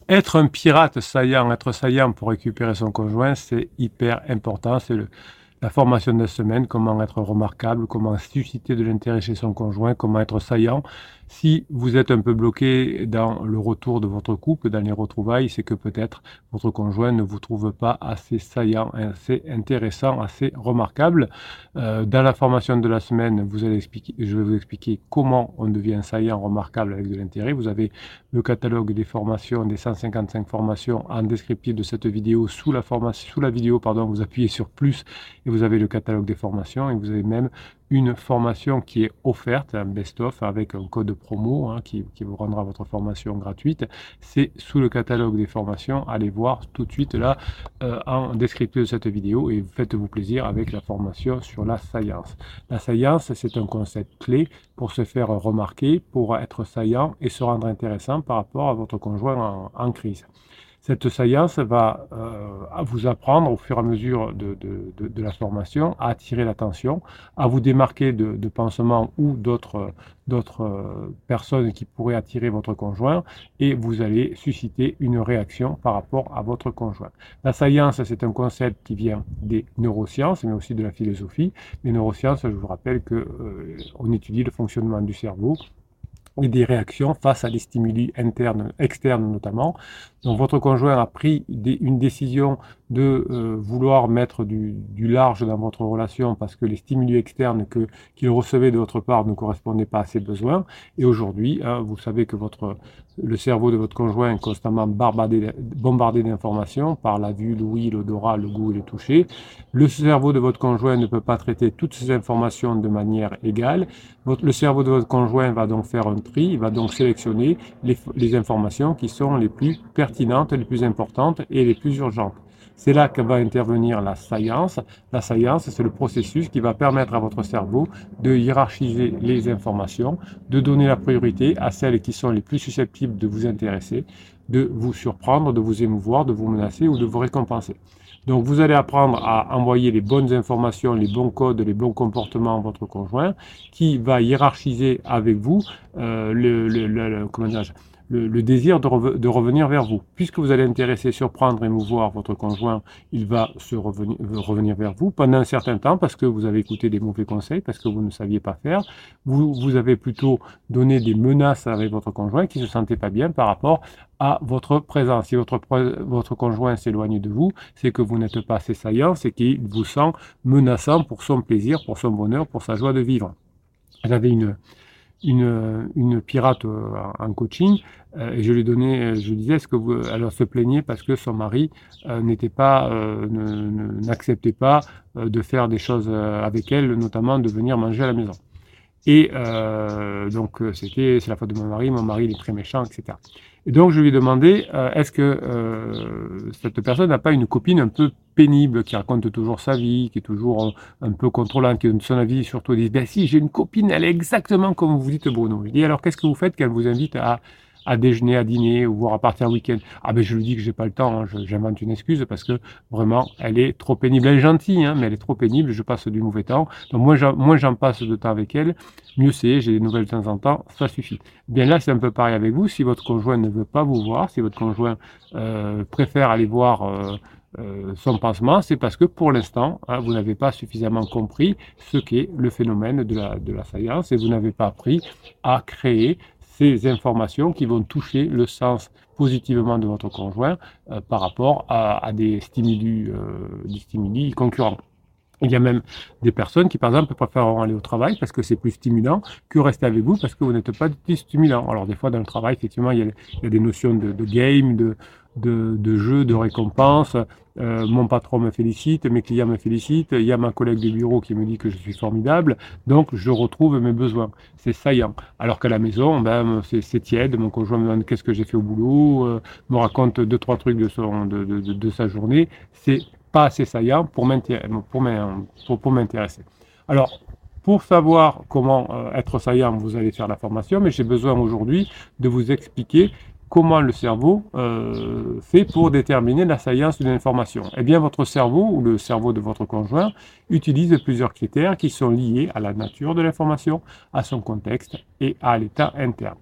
Être un pirate saillant, être saillant pour récupérer son conjoint, c'est hyper important. C'est la formation de la semaine, comment être remarquable, comment susciter de l'intérêt chez son conjoint, comment être saillant. Si vous êtes un peu bloqué dans le retour de votre couple, dans les retrouvailles, c'est que peut-être votre conjoint ne vous trouve pas assez saillant, assez intéressant, assez remarquable. Dans la formation de la semaine, je vais vous expliquer comment on devient saillant, remarquable avec de l'intérêt. Vous avez le catalogue des formations, des 155 formations en descriptif de cette vidéo. Sous la vidéo, vous appuyez sur plus et vous avez le catalogue des formations et vous avez même une formation qui est offerte, un best-of avec un code promo qui vous rendra votre formation gratuite. C'est sous le catalogue des formations. Allez voir tout de suite là en descriptif de cette vidéo et faites-vous plaisir avec la formation sur la saillance. La saillance, c'est un concept clé pour se faire remarquer, pour être saillant et se rendre intéressant par rapport à votre conjoint en crise. Cette saillance va vous apprendre au fur et à mesure de la formation à attirer l'attention, à vous démarquer de pansements ou d'autres personnes qui pourraient attirer votre conjoint et vous allez susciter une réaction par rapport à votre conjoint. La saillance, c'est un concept qui vient des neurosciences, mais aussi de la philosophie. Les neurosciences, je vous rappelle qu'on étudie le fonctionnement du cerveau et des réactions face à des stimuli internes, externes notamment. Donc votre conjoint a pris une décision de vouloir mettre du large dans votre relation parce que les stimuli externes qu'il recevait de votre part ne correspondaient pas à ses besoins. Et aujourd'hui, vous savez que le cerveau de votre conjoint est constamment bombardé d'informations par la vue, l'ouïe, l'odorat, le goût et le toucher. Le cerveau de votre conjoint ne peut pas traiter toutes ces informations de manière égale. Le cerveau de votre conjoint va donc faire un tri, il va donc sélectionner les informations qui sont les plus pertinentes, les plus importantes et les plus urgentes. C'est là que va intervenir la saillance. La saillance, c'est le processus qui va permettre à votre cerveau de hiérarchiser les informations, de donner la priorité à celles qui sont les plus susceptibles de vous intéresser, de vous surprendre, de vous émouvoir, de vous menacer ou de vous récompenser. Donc vous allez apprendre à envoyer les bonnes informations, les bons codes, les bons comportements à votre conjoint, qui va hiérarchiser avec vous le désir de revenir vers vous. Puisque vous allez intéresser, surprendre, émouvoir votre conjoint, il va revenir vers vous pendant un certain temps parce que vous avez écouté des mauvais conseils, parce que vous ne saviez pas faire. Vous avez plutôt donné des menaces avec votre conjoint qui ne se sentait pas bien par rapport à votre présence. Si votre conjoint s'éloigne de vous, c'est que vous n'êtes pas assez saillant, c'est qu'il vous sent menaçant pour son plaisir, pour son bonheur, pour sa joie de vivre. J'avais une pirate en coaching et je lui disais, elle se plaignait parce que son mari n'acceptait pas de faire des choses avec elle, notamment de venir manger à la maison. Et c'est la faute de mon mari il est très méchant, etc. Et donc je lui ai demandé, est-ce que cette personne n'a pas une copine un peu pénible, qui raconte toujours sa vie, qui est toujours un peu contrôlante, qui donne son avis, surtout elle dit, ben si, j'ai une copine, elle est exactement comme vous dites Bruno. Je dis, alors qu'est-ce que vous faites quand elle vous invite à déjeuner, à dîner, ou voire à partir un week-end? Ah ben je lui dis que j'ai pas le temps, j'invente une excuse parce que vraiment elle est trop pénible. Elle est gentille, mais elle est trop pénible, je passe du mauvais temps. Donc moins j'en passe de temps avec elle, mieux c'est, j'ai des nouvelles de temps en temps, ça suffit. Bien là c'est un peu pareil avec vous, si votre conjoint ne veut pas vous voir, si votre conjoint préfère aller voir son pansement, c'est parce que pour l'instant, vous n'avez pas suffisamment compris ce qu'est le phénomène de la saillance et vous n'avez pas appris à créer ces informations qui vont toucher le sens positivement de votre conjoint par rapport à des stimuli concurrents. Il y a même des personnes qui, par exemple, préfèrent aller au travail parce que c'est plus stimulant que rester avec vous parce que vous n'êtes pas stimulant. Alors, des fois, dans le travail, effectivement, il y a des notions de game, de jeu, de récompense. Mon patron me félicite, mes clients me félicitent, il y a ma collègue de bureau qui me dit que je suis formidable, donc je retrouve mes besoins. C'est saillant. Alors qu'à la maison, c'est tiède, mon conjoint me demande qu'est-ce que j'ai fait au boulot, me raconte 2-3 trucs de sa journée. C'est pas assez saillant pour m'intéresser. Alors, pour savoir comment être saillant, vous allez faire la formation, mais j'ai besoin aujourd'hui de vous expliquer comment le cerveau fait pour déterminer la saillance d'une information. Eh bien, votre cerveau, ou le cerveau de votre conjoint, utilise plusieurs critères qui sont liés à la nature de l'information, à son contexte et à l'état interne.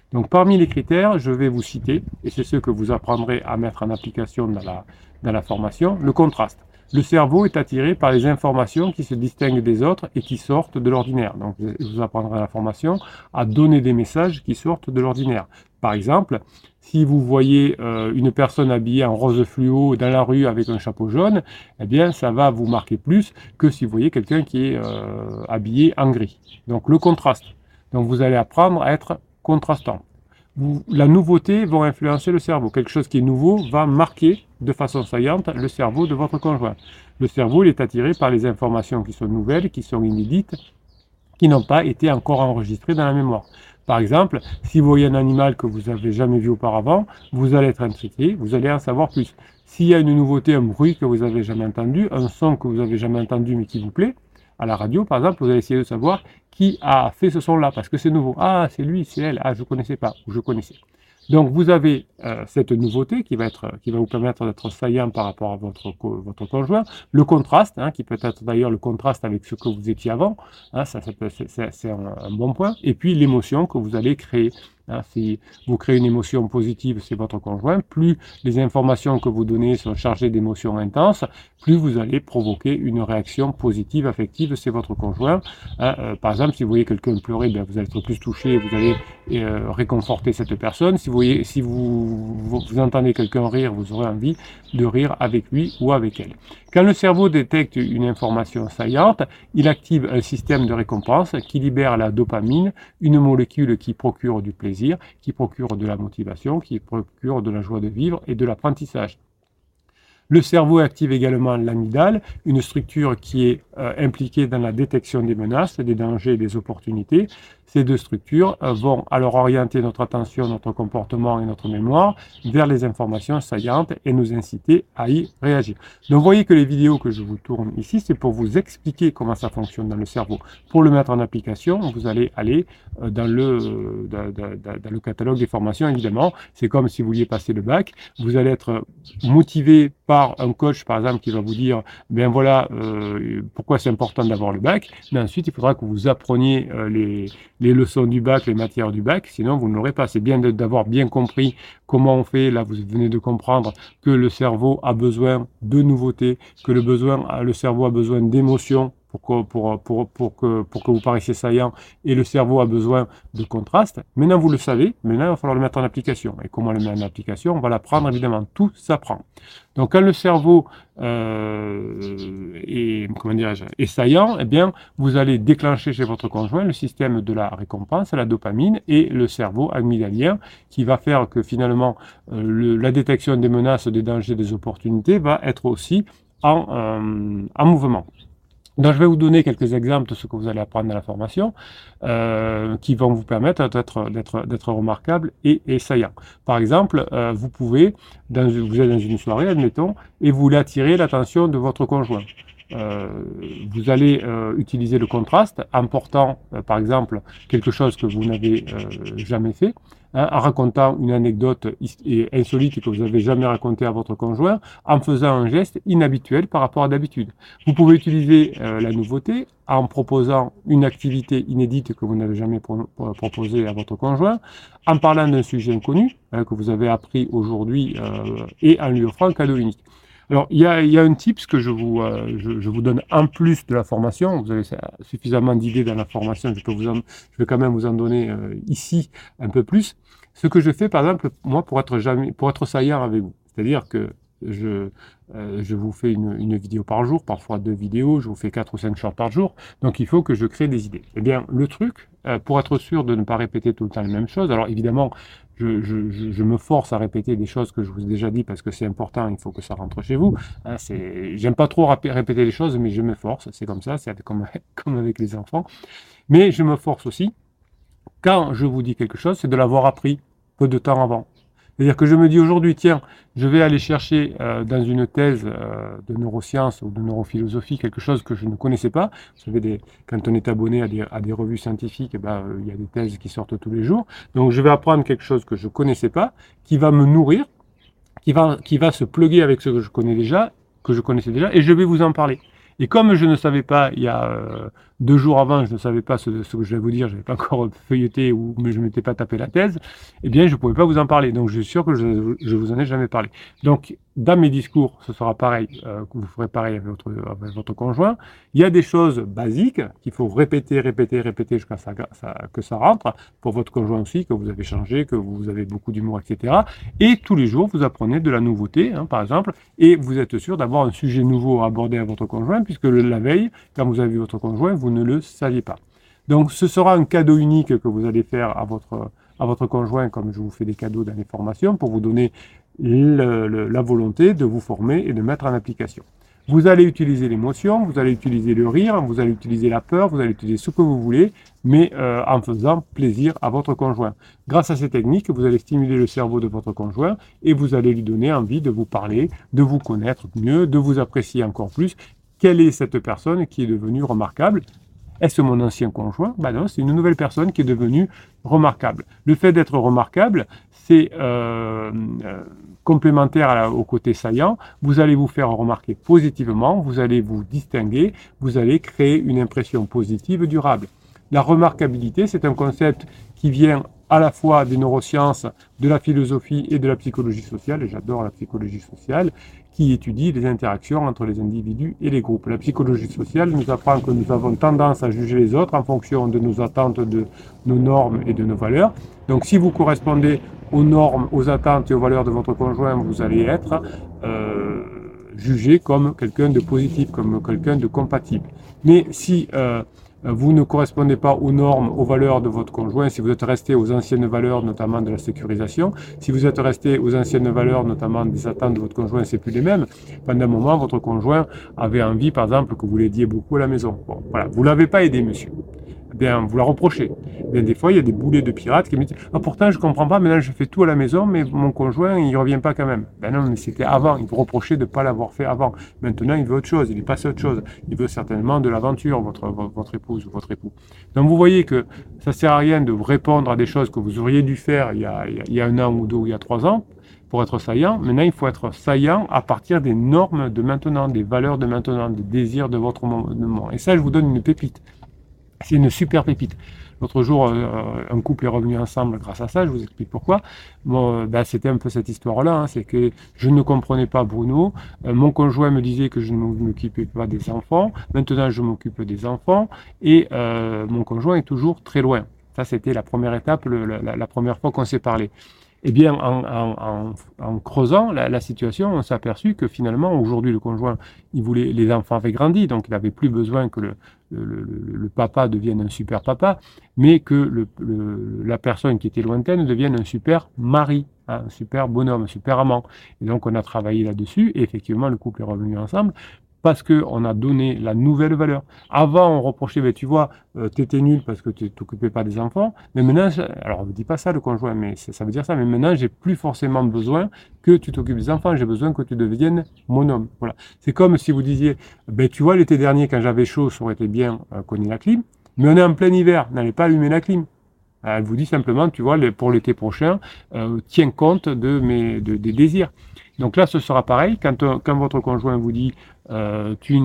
Donc parmi les critères, je vais vous citer, et c'est ce que vous apprendrez à mettre en application dans la formation, le contraste. Le cerveau est attiré par les informations qui se distinguent des autres et qui sortent de l'ordinaire. Donc, je vous apprendrai à la formation à donner des messages qui sortent de l'ordinaire. Par exemple, si vous voyez une personne habillée en rose fluo dans la rue avec un chapeau jaune, eh bien, ça va vous marquer plus que si vous voyez quelqu'un qui est habillé en gris. Donc, le contraste. Donc, vous allez apprendre à être contrastant. La nouveauté va influencer le cerveau. Quelque chose qui est nouveau va marquer de façon saillante le cerveau de votre conjoint. Le cerveau, il est attiré par les informations qui sont nouvelles, qui sont inédites, qui n'ont pas été encore enregistrées dans la mémoire. Par exemple, si vous voyez un animal que vous n'avez jamais vu auparavant, vous allez être intrigué, vous allez en savoir plus. S'il y a une nouveauté, un bruit que vous n'avez jamais entendu, un son que vous n'avez jamais entendu mais qui vous plaît, à la radio par exemple, vous allez essayer de savoir qui a fait ce son-là parce que c'est nouveau. Ah, c'est lui, c'est elle, ah, je ne connaissais pas, ou je connaissais. Donc vous avez cette nouveauté qui va vous permettre d'être saillant par rapport à votre conjoint. Le contraste, qui peut être d'ailleurs le contraste avec ce que vous étiez avant, c'est un bon point. Et puis l'émotion que vous allez créer. Si vous créez une émotion positive, c'est votre conjoint. Plus les informations que vous donnez sont chargées d'émotions intenses, plus vous allez provoquer une réaction positive, affective, c'est votre conjoint. Par exemple, si vous voyez quelqu'un pleurer, vous allez être plus touché, vous allez réconforter cette personne. Si vous entendez quelqu'un rire, vous aurez envie de rire avec lui ou avec elle. Quand le cerveau détecte une information saillante, il active un système de récompense qui libère la dopamine, une molécule qui procure du plaisir, qui procure de la motivation, qui procure de la joie de vivre et de l'apprentissage. Le cerveau active également l'amygdale, une structure qui est impliquée dans la détection des menaces, des dangers et des opportunités. Ces deux structures vont alors orienter notre attention, notre comportement et notre mémoire vers les informations saillantes et nous inciter à y réagir. Donc vous voyez que les vidéos que je vous tourne ici, c'est pour vous expliquer comment ça fonctionne dans le cerveau. Pour le mettre en application, vous allez aller dans le catalogue des formations, évidemment. C'est comme si vous vouliez passer le bac. Vous allez être motivé par un coach, par exemple, qui va vous dire, ben voilà, pourquoi c'est important d'avoir le bac. Mais ensuite, il faudra que vous appreniez les leçons du bac, les matières du bac, sinon vous ne l'aurez pas. C'est bien d'avoir bien compris comment on fait. Là, vous venez de comprendre que le cerveau a besoin de nouveautés, que le cerveau a besoin d'émotions pour que vous paraissiez saillant, et le cerveau a besoin de contraste. Maintenant, vous le savez, maintenant, il va falloir le mettre en application. Et comment le mettre en application? On va l'apprendre, évidemment. Tout s'apprend. Donc, quand le cerveau est saillant, eh bien, vous allez déclencher chez votre conjoint le système de la récompense, la dopamine, et le cerveau amygdalien, qui va faire que finalement, la détection des menaces, des dangers, des opportunités va être aussi en mouvement. Donc, je vais vous donner quelques exemples de ce que vous allez apprendre dans la formation qui vont vous permettre d'être remarquable et saillant. Par exemple, vous êtes dans une soirée, admettons, et vous voulez attirer l'attention de votre conjoint. Vous allez utiliser le contraste en portant, par exemple, quelque chose que vous n'avez jamais fait, en racontant une anecdote insolite que vous n'avez jamais racontée à votre conjoint, en faisant un geste inhabituel par rapport à d'habitude. Vous pouvez utiliser la nouveauté en proposant une activité inédite que vous n'avez jamais proposée à votre conjoint, en parlant d'un sujet inconnu que vous avez appris aujourd'hui et en lui offrant un cadeau unique. Alors, il y a un tips que je vous donne en plus de la formation. Vous avez suffisamment d'idées dans la formation. Je vais quand même vous en donner ici un peu plus. Ce que je fais, par exemple, moi, pour être saillant avec vous. C'est-à-dire que je vous fais une vidéo par jour, parfois 2 vidéos, je vous fais 4 ou 5 shorts par jour, donc il faut que je crée des idées. Eh bien, le truc, pour être sûr de ne pas répéter tout le temps les mêmes choses, alors évidemment, je me force à répéter des choses que je vous ai déjà dit parce que c'est important, il faut que ça rentre chez vous. J'aime pas trop répéter les choses, mais je me force, c'est comme ça, c'est comme avec les enfants. Mais je me force aussi, quand je vous dis quelque chose, c'est de l'avoir appris peu de temps avant. C'est-à-dire que je me dis aujourd'hui, tiens, je vais aller chercher dans une thèse de neurosciences ou de neurophilosophie quelque chose que je ne connaissais pas. Vous savez, quand on est abonné à des revues scientifiques, il y a des thèses qui sortent tous les jours. Donc je vais apprendre quelque chose que je ne connaissais pas, qui va me nourrir, qui va se pluguer avec ce que je connaissais déjà, et je vais vous en parler. Et comme je ne savais pas il y a 2 jours avant, je ne savais pas ce que je vais vous dire, je n'avais pas encore feuilleté ou mais je ne m'étais pas tapé la thèse, eh bien, je ne pouvais pas vous en parler. Donc, je suis sûr que je vous en ai jamais parlé. Donc, dans mes discours, ce sera pareil, que vous ferez pareil avec votre conjoint. Il y a des choses basiques qu'il faut répéter jusqu'à que ça rentre, pour votre conjoint aussi, que vous avez changé, que vous avez beaucoup d'humour, etc. Et tous les jours, vous apprenez de la nouveauté, hein, par exemple, et vous êtes sûr d'avoir un sujet nouveau à aborder à votre conjoint, puisque la veille, quand vous avez vu votre conjoint, vous ne le saviez pas. Donc, ce sera un cadeau unique que vous allez faire à votre conjoint, comme je vous fais des cadeaux dans les formations, pour vous donner la volonté de vous former et de mettre en application. Vous allez utiliser l'émotion, vous allez utiliser le rire, vous allez utiliser la peur, vous allez utiliser ce que vous voulez, mais en faisant plaisir à votre conjoint. Grâce à ces techniques, vous allez stimuler le cerveau de votre conjoint et vous allez lui donner envie de vous parler, de vous connaître mieux, de vous apprécier encore plus. Quelle est cette personne qui est devenue remarquable? Est-ce mon ancien conjoint? Ben non, c'est une nouvelle personne qui est devenue remarquable. Le fait d'être remarquable, c'est complémentaire au côté saillant. Vous allez vous faire remarquer positivement, vous allez vous distinguer, vous allez créer une impression positive durable. La remarquabilité, c'est un concept qui vient à la fois des neurosciences, de la philosophie et de la psychologie sociale, et j'adore la psychologie sociale, qui étudie les interactions entre les individus et les groupes. La psychologie sociale nous apprend que nous avons tendance à juger les autres en fonction de nos attentes, de nos normes et de nos valeurs. Donc si vous correspondez aux normes, aux attentes et aux valeurs de votre conjoint, vous allez être jugé comme quelqu'un de positif, comme quelqu'un de compatible. Mais si vous ne correspondez pas aux normes, aux valeurs de votre conjoint, si vous êtes resté aux anciennes valeurs, notamment de la sécurisation, si vous êtes resté aux anciennes valeurs, notamment des attentes de votre conjoint, c'est plus les mêmes. Pendant un moment, votre conjoint avait envie, par exemple, que vous l'aidiez beaucoup à la maison. Bon, voilà, vous l'avez pas aidé, monsieur. Bien, vous la reprochez. Bien, des fois, il y a des boulets de pirates qui me disent « Ah, pourtant, je comprends pas, maintenant, je fais tout à la maison, mais mon conjoint, il revient pas quand même. » Ben non, mais c'était avant. Il vous reprochait de ne pas l'avoir fait avant. Maintenant, il veut autre chose. Il est passé à autre chose. Il veut certainement de l'aventure, votre épouse ou votre époux. Donc, vous voyez que ça sert à rien de répondre à des choses que vous auriez dû faire il y a 1 an ou 2 ou il y a 3 ans pour être saillant. Maintenant, il faut être saillant à partir des normes de maintenant, des valeurs de maintenant, des désirs de votre moment. Et ça, je vous donne une pépite. C'est une super pépite. L'autre jour, un couple est revenu ensemble grâce à ça, je vous explique pourquoi. Bon, c'était un peu cette histoire-là, hein, c'est que je ne comprenais pas Bruno. Mon conjoint me disait que je ne m'occupais pas des enfants. Maintenant, je m'occupe des enfants et mon conjoint est toujours très loin. Ça, c'était la première étape, la première fois qu'on s'est parlé. Eh bien, en creusant la situation, on s'est aperçu que finalement, aujourd'hui, le conjoint, les enfants avaient grandi, donc il n'avait plus besoin que le papa devienne un super papa, mais que la personne qui était lointaine devienne un super mari, hein, un super bonhomme, un super amant. Et donc, on a travaillé là-dessus, et effectivement, le couple est revenu ensemble, parce qu'on a donné la nouvelle valeur. Avant, on reprochait, tu vois, t'étais nul parce que tu t'occupais pas des enfants, mais maintenant, alors on ne dit pas ça le conjoint, mais ça veut dire ça, mais maintenant, j'ai plus forcément besoin que tu t'occupes des enfants, j'ai besoin que tu deviennes mon homme. Voilà. C'est comme si vous disiez, tu vois, l'été dernier, quand j'avais chaud, ça aurait été bien qu'on ait la clim, mais on est en plein hiver, n'allez pas allumer la clim. Elle vous dit simplement, tu vois, pour l'été prochain, tiens compte des désirs. Donc là, ce sera pareil. Quand votre conjoint vous dit tu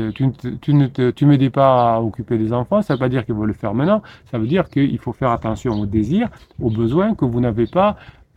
m'aidais pas à occuper des enfants, ça ne veut pas dire qu'il va le faire maintenant. Ça veut dire qu'il faut faire attention aux désirs, aux besoins que vous n'avez pas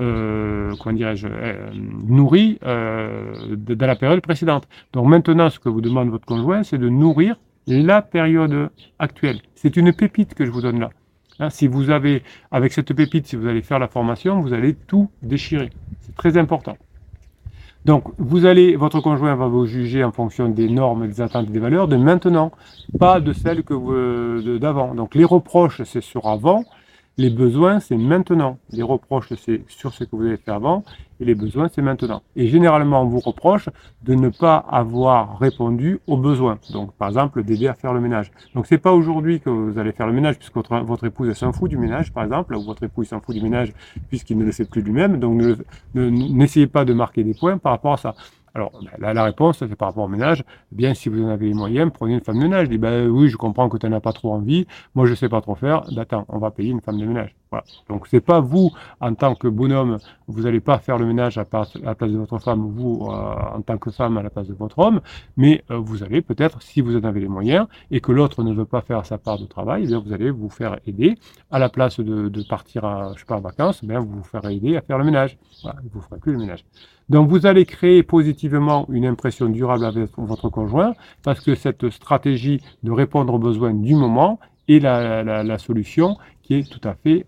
nourris dans la période précédente. Donc maintenant, ce que vous demande votre conjoint, c'est de nourrir la période actuelle. C'est une pépite que je vous donne là. Hein, si vous avez, avec cette pépite, si vous allez faire la formation, vous allez tout déchirer. C'est très important. Donc, votre conjoint va vous juger en fonction des normes, des attentes et des valeurs de maintenant, pas de celles d'avant. Donc, les reproches, c'est sur avant, les besoins, c'est maintenant. Les reproches, c'est sur ce que vous avez fait avant, et les besoins, c'est maintenant. Et généralement, on vous reproche de ne pas avoir répondu aux besoins. Donc, par exemple, d'aider à faire le ménage. Donc, c'est pas aujourd'hui que vous allez faire le ménage, puisque votre épouse s'en fout du ménage, par exemple, ou votre époux s'en fout du ménage, puisqu'il ne le fait plus lui-même. Donc, n'essayez pas de marquer des points par rapport à ça. Alors, la réponse, c'est par rapport au ménage. Eh bien, si vous en avez les moyens, prenez une femme de ménage. Dites, oui, je comprends que tu n'en as pas trop envie. Moi, je sais pas trop faire. Attends, on va payer une femme de ménage. Voilà. Voilà. Donc c'est pas vous, en tant que bonhomme, vous n'allez pas faire le ménage à la place de votre femme, ou vous, en tant que femme, à la place de votre homme, mais vous allez peut-être, si vous en avez les moyens, et que l'autre ne veut pas faire sa part de travail, eh bien vous allez vous faire aider, à la place de partir je sais pas, en vacances, eh bien vous vous ferez aider à faire le ménage. Voilà, vous ne ferez plus le ménage. Donc vous allez créer positivement une impression durable avec votre conjoint, parce que cette stratégie de répondre aux besoins du moment est la solution qui est tout à fait,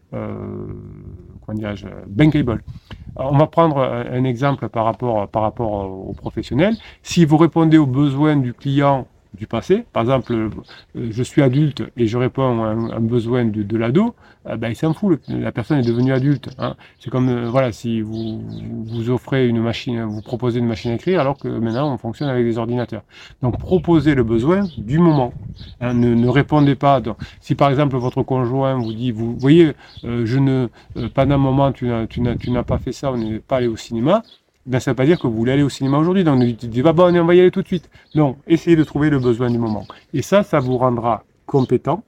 comment dirais-je, bankable. Alors, on va prendre un exemple par rapport aux professionnels. Si vous répondez aux besoins du client du passé, par exemple, je suis adulte et je réponds à un besoin de l'ado, ben, il s'en fout, la personne est devenue adulte. Hein. C'est comme, voilà, si vous offrez une machine, vous proposez une machine à écrire, alors que maintenant on fonctionne avec des ordinateurs. Donc proposez le besoin du moment. Hein, ne répondez pas. Donc, si par exemple votre conjoint vous dit, vous voyez, pendant un moment tu n'as pas fait ça, on n'est pas allé au cinéma, ben, ça ne veut pas dire que vous voulez aller au cinéma aujourd'hui. Donc ne dites pas, bon, on va y aller tout de suite. Non, essayez de trouver le besoin du moment. Et ça vous rendra compétent.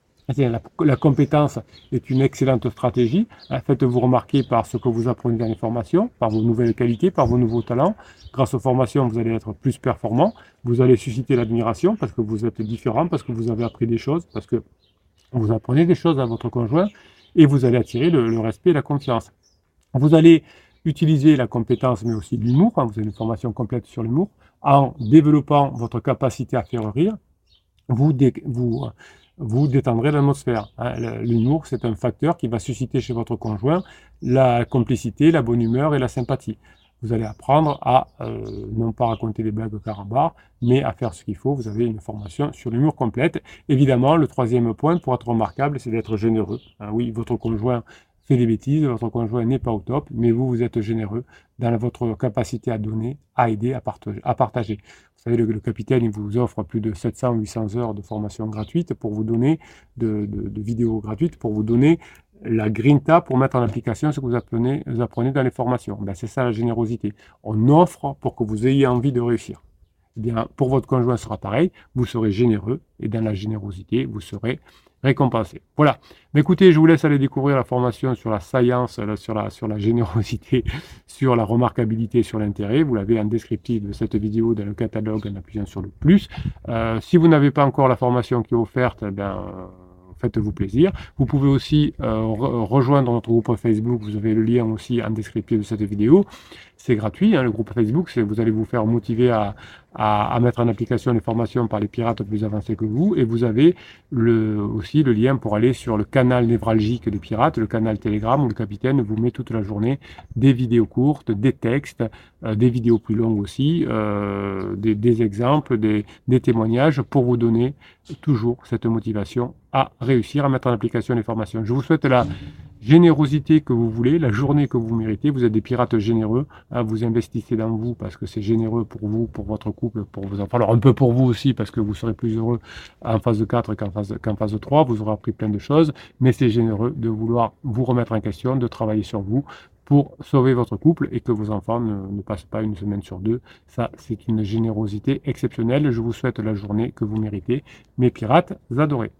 La compétence est une excellente stratégie. Faites-vous remarquer par ce que vous apprenez dans les formations, par vos nouvelles qualités, par vos nouveaux talents. Grâce aux formations, vous allez être plus performant. Vous allez susciter l'admiration parce que vous êtes différent, parce que vous avez appris des choses, parce que vous apprenez des choses à votre conjoint et vous allez attirer le respect et la confiance. Vous allez utiliser la compétence, mais aussi l'humour. Vous avez une formation complète sur l'humour. En développant votre capacité à faire rire, vous détendrez l'atmosphère. L'humour, c'est un facteur qui va susciter chez votre conjoint la complicité, la bonne humeur et la sympathie. Vous allez apprendre à non pas raconter des blagues au carambar, mais à faire ce qu'il faut. Vous avez une formation sur l'humour complète. Évidemment, le troisième point, pour être remarquable, c'est d'être généreux. Oui, votre conjoint fait des bêtises, votre conjoint n'est pas au top, mais vous êtes généreux dans votre capacité à donner, à aider, à partager. Vous savez, le capitaine, il vous offre plus de 700 ou 800 heures de formation gratuite pour vous donner, de vidéos gratuites, pour vous donner la grinta pour mettre en application ce que vous apprenez dans les formations. Ben, c'est ça la générosité. On offre pour que vous ayez envie de réussir. Eh bien, pour votre conjoint, ce sera pareil. Vous serez généreux et dans la générosité, vous serez récompensé. Voilà. Mais écoutez, je vous laisse aller découvrir la formation sur la science, sur la générosité, sur la remarquabilité, sur l'intérêt. Vous l'avez en descriptif de cette vidéo dans le catalogue en appuyant sur le plus. Si vous n'avez pas encore la formation qui est offerte, faites-vous plaisir. Vous pouvez aussi rejoindre notre groupe Facebook. Vous avez le lien aussi en descriptif de cette vidéo. C'est gratuit, le groupe Facebook. Vous allez vous faire motiver à mettre en application les formations par les pirates plus avancés que vous. Et vous avez aussi le lien pour aller sur le canal névralgique des pirates, le canal Telegram, où le capitaine vous met toute la journée des vidéos courtes, des textes, des vidéos plus longues aussi, des exemples, des témoignages pour vous donner toujours cette motivation à réussir à mettre en application les formations. Je vous souhaite la générosité que vous voulez, la journée que vous méritez. Vous êtes des pirates généreux. Vous investissez dans vous parce que c'est généreux pour vous, pour votre couple, pour vos enfants. Alors un peu pour vous aussi parce que vous serez plus heureux en phase de 4 qu'en phase de 3. Vous aurez appris plein de choses, mais c'est généreux de vouloir vous remettre en question, de travailler sur vous pour sauver votre couple et que vos enfants ne passent pas une semaine sur deux. Ça, c'est une générosité exceptionnelle. Je vous souhaite la journée que vous méritez. Mes pirates adorés.